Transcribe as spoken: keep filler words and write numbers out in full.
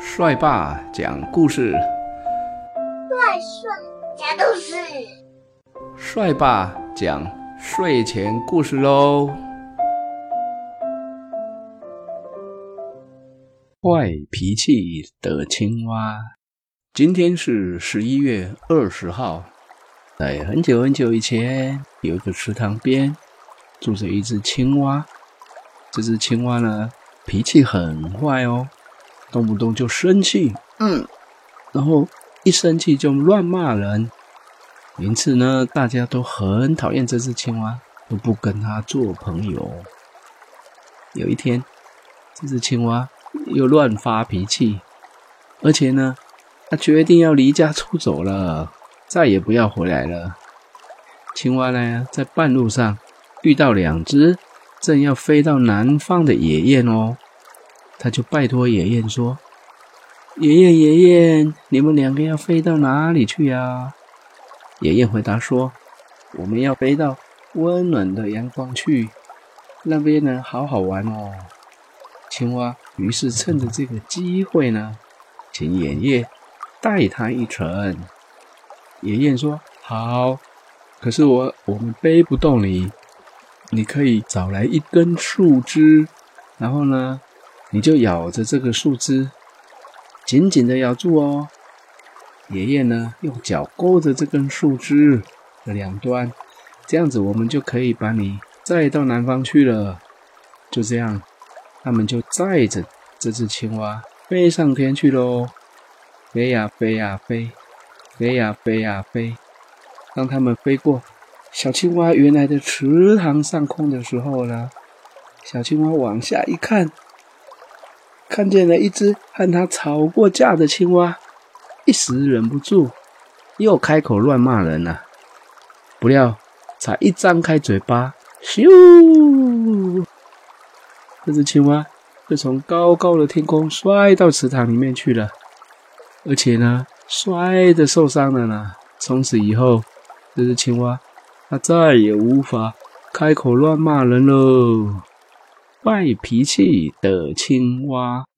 帅爸讲故事， 帅帅讲故事， 帅爸讲睡前故事喽。坏脾气的青蛙。今天是十一月二十号，在很久很久以前，有一个池塘边住着一只青蛙。这只青蛙呢，脾气很坏哦，动不动就生气，嗯，然后一生气就乱骂人。因此呢，大家都很讨厌这只青蛙，都不跟它做朋友。有一天，这只青蛙又乱发脾气，而且呢，它决定要离家出走了，再也不要回来了。青蛙呢，在半路上遇到两只正要飞到南方的野雁哦，他就拜托野雁说：“野雁，野雁，你们两个要飞到哪里去呀？”野雁回答说：“我们要飞到温暖的阳光去，那边呢好好玩哦。”青蛙于是趁着这个机会呢，请野雁带他一程。野雁说：“好，可是我我们背不动你，你可以找来一根树枝，然后呢，你就咬着这个树枝，紧紧的咬住哦。”爷爷呢，用脚勾着这根树枝的两端，这样子我们就可以把你载到南方去了。就这样，他们就载着这只青蛙飞上天去咯。飞呀飞呀飞，飞呀飞呀飞。当他们飞过小青蛙原来的池塘上空的时候呢，小青蛙往下一看，看见了一只和它吵过架的青蛙，一时忍不住又开口乱骂人了。不料才一张开嘴巴，咻，这只青蛙就从高高的天空摔到池塘里面去了，而且呢摔得受伤了呢。从此以后，这只青蛙它再也无法开口乱骂人喽。坏脾气的青蛙。